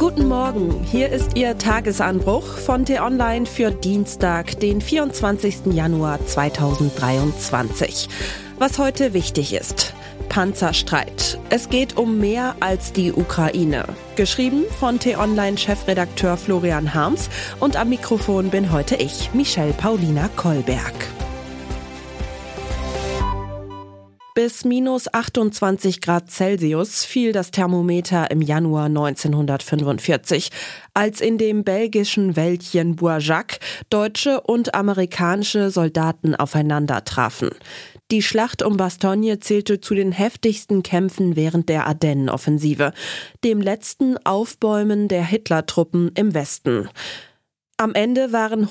Guten Morgen, hier ist Ihr Tagesanbruch von T-Online für Dienstag, den 24. Januar 2023. Was heute wichtig ist: Panzerstreit. Es geht um mehr als die Ukraine. Geschrieben von T-Online-Chefredakteur Florian Harms und am Mikrofon bin heute ich, Michelle Paulina Kolberg. Bis minus 28 Grad Celsius fiel das Thermometer im Januar 1945, als in dem belgischen Wäldchen Bourjac deutsche und amerikanische Soldaten aufeinander trafen. Die Schlacht um Bastogne zählte zu den heftigsten Kämpfen während der Ardennenoffensive, dem letzten Aufbäumen der Hitlertruppen im Westen. Am Ende waren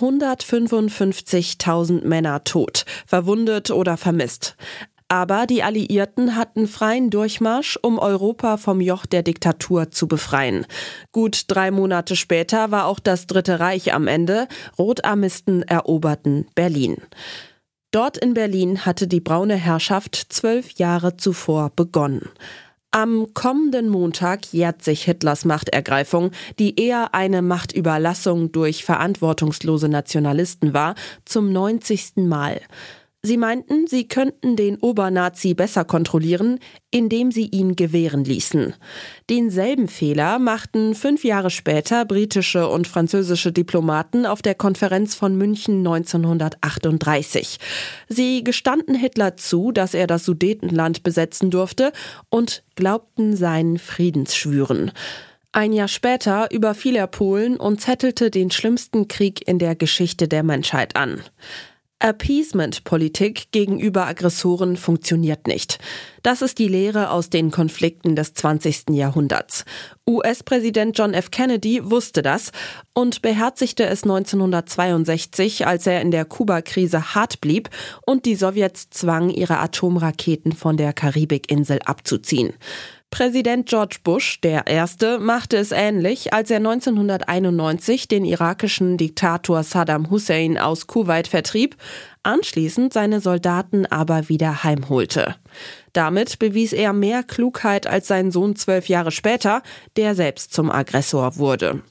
155.000 Männer tot, verwundet oder vermisst. Aber die Alliierten hatten freien Durchmarsch, um Europa vom Joch der Diktatur zu befreien. Gut 3 Monate später war auch das Dritte Reich am Ende. Rotarmisten eroberten Berlin. Dort in Berlin hatte die braune Herrschaft 12 Jahre zuvor begonnen. Am kommenden Montag jährt sich Hitlers Machtergreifung, die eher eine Machtüberlassung durch verantwortungslose Nationalisten war, zum 90. Mal. Sie meinten, sie könnten den Obernazi besser kontrollieren, indem sie ihn gewähren ließen. Denselben Fehler machten 5 Jahre später britische und französische Diplomaten auf der Konferenz von München 1938. Sie gestanden Hitler zu, dass er das Sudetenland besetzen durfte, und glaubten seinen Friedensschwüren. Ein Jahr später überfiel er Polen und zettelte den schlimmsten Krieg in der Geschichte der Menschheit an. Appeasement-Politik gegenüber Aggressoren funktioniert nicht. Das ist die Lehre aus den Konflikten des 20. Jahrhunderts. US-Präsident John F. Kennedy wusste das und beherzigte es 1962, als er in der Kuba-Krise hart blieb und die Sowjets zwang, ihre Atomraketen von der Karibikinsel abzuziehen. Präsident George Bush, der Erste, machte es ähnlich, als er 1991 den irakischen Diktator Saddam Hussein aus Kuwait vertrieb, anschließend seine Soldaten aber wieder heimholte. Damit bewies er mehr Klugheit als sein Sohn 12 Jahre später, der selbst zum Aggressor wurde.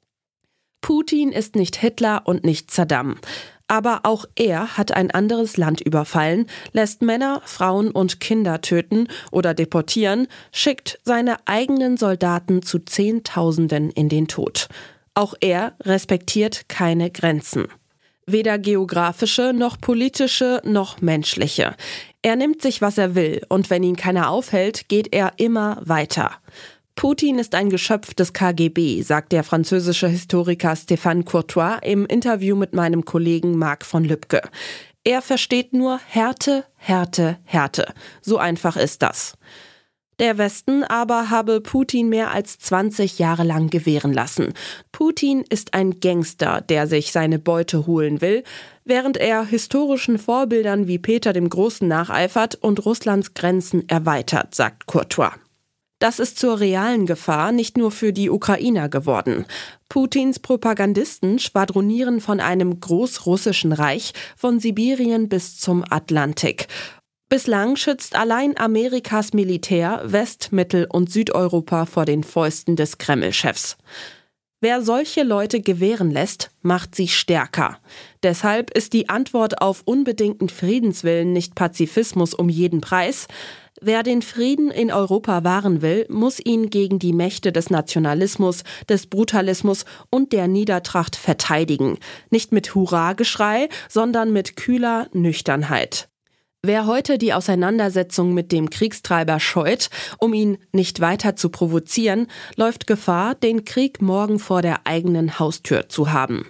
Putin ist nicht Hitler und nicht Saddam. Aber auch er hat ein anderes Land überfallen, lässt Männer, Frauen und Kinder töten oder deportieren, schickt seine eigenen Soldaten zu Zehntausenden in den Tod. Auch er respektiert keine Grenzen. Weder geografische, noch politische, noch menschliche. Er nimmt sich, was er will, und wenn ihn keiner aufhält, geht er immer weiter. Putin ist ein Geschöpf des KGB, sagt der französische Historiker Stéphane Courtois im Interview mit meinem Kollegen Marc von Lübcke. Er versteht nur Härte, Härte, Härte. So einfach ist das. Der Westen aber habe Putin mehr als 20 Jahre lang gewähren lassen. Putin ist ein Gangster, der sich seine Beute holen will, während er historischen Vorbildern wie Peter dem Großen nacheifert und Russlands Grenzen erweitert, sagt Courtois. Das ist zur realen Gefahr nicht nur für die Ukrainer geworden. Putins Propagandisten schwadronieren von einem großrussischen Reich von Sibirien bis zum Atlantik. Bislang schützt allein Amerikas Militär West-, Mittel- und Südeuropa vor den Fäusten des Kreml-Chefs. Wer solche Leute gewähren lässt, macht sie stärker. Deshalb ist die Antwort auf unbedingten Friedenswillen nicht Pazifismus um jeden Preis. Wer den Frieden in Europa wahren will, muss ihn gegen die Mächte des Nationalismus, des Brutalismus und der Niedertracht verteidigen. Nicht mit Hurrageschrei, sondern mit kühler Nüchternheit. Wer heute die Auseinandersetzung mit dem Kriegstreiber scheut, um ihn nicht weiter zu provozieren, läuft Gefahr, den Krieg morgen vor der eigenen Haustür zu haben.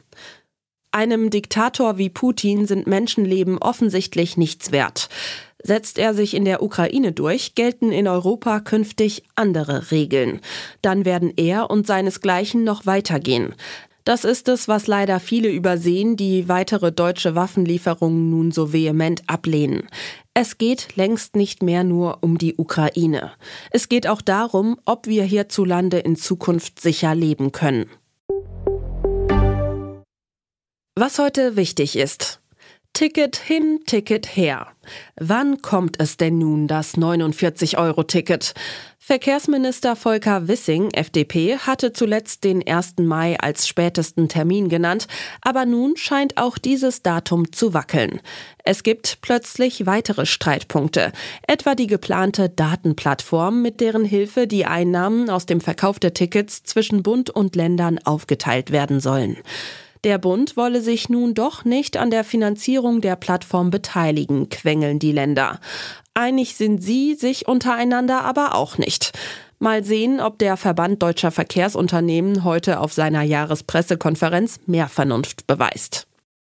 Einem Diktator wie Putin sind Menschenleben offensichtlich nichts wert. Setzt er sich in der Ukraine durch, gelten in Europa künftig andere Regeln. Dann werden er und seinesgleichen noch weitergehen. Das ist es, was leider viele übersehen, die weitere deutsche Waffenlieferungen nun so vehement ablehnen. Es geht längst nicht mehr nur um die Ukraine. Es geht auch darum, ob wir hierzulande in Zukunft sicher leben können. Was heute wichtig ist: Ticket hin, Ticket her. Wann kommt es denn nun, das 49-Euro-Ticket? Verkehrsminister Volker Wissing, FDP, hatte zuletzt den 1. Mai als spätesten Termin genannt, aber nun scheint auch dieses Datum zu wackeln. Es gibt plötzlich weitere Streitpunkte, etwa die geplante Datenplattform, mit deren Hilfe die Einnahmen aus dem Verkauf der Tickets zwischen Bund und Ländern aufgeteilt werden sollen. Der Bund wolle sich nun doch nicht an der Finanzierung der Plattform beteiligen, quengeln die Länder. Einig sind sie sich untereinander aber auch nicht. Mal sehen, ob der Verband Deutscher Verkehrsunternehmen heute auf seiner Jahrespressekonferenz mehr Vernunft beweist.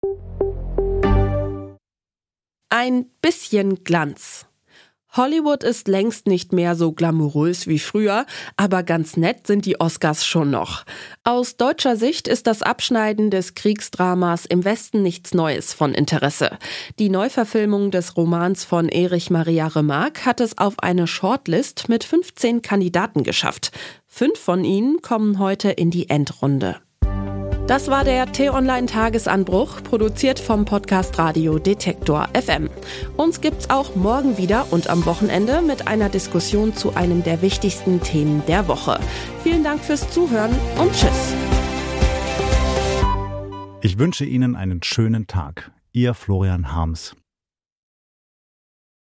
Ein bisschen Glanz. Hollywood ist längst nicht mehr so glamourös wie früher, aber ganz nett sind die Oscars schon noch. Aus deutscher Sicht ist das Abschneiden des Kriegsdramas im Westen nichts Neues von Interesse. Die Neuverfilmung des Romans von Erich Maria Remarque hat es auf eine Shortlist mit 15 Kandidaten geschafft. 5 von ihnen kommen heute in die Endrunde. Das war der T-Online-Tagesanbruch, produziert vom Podcast Radio Detektor FM. Uns gibt's auch morgen wieder und am Wochenende mit einer Diskussion zu einem der wichtigsten Themen der Woche. Vielen Dank fürs Zuhören und tschüss. Ich wünsche Ihnen einen schönen Tag. Ihr Florian Harms.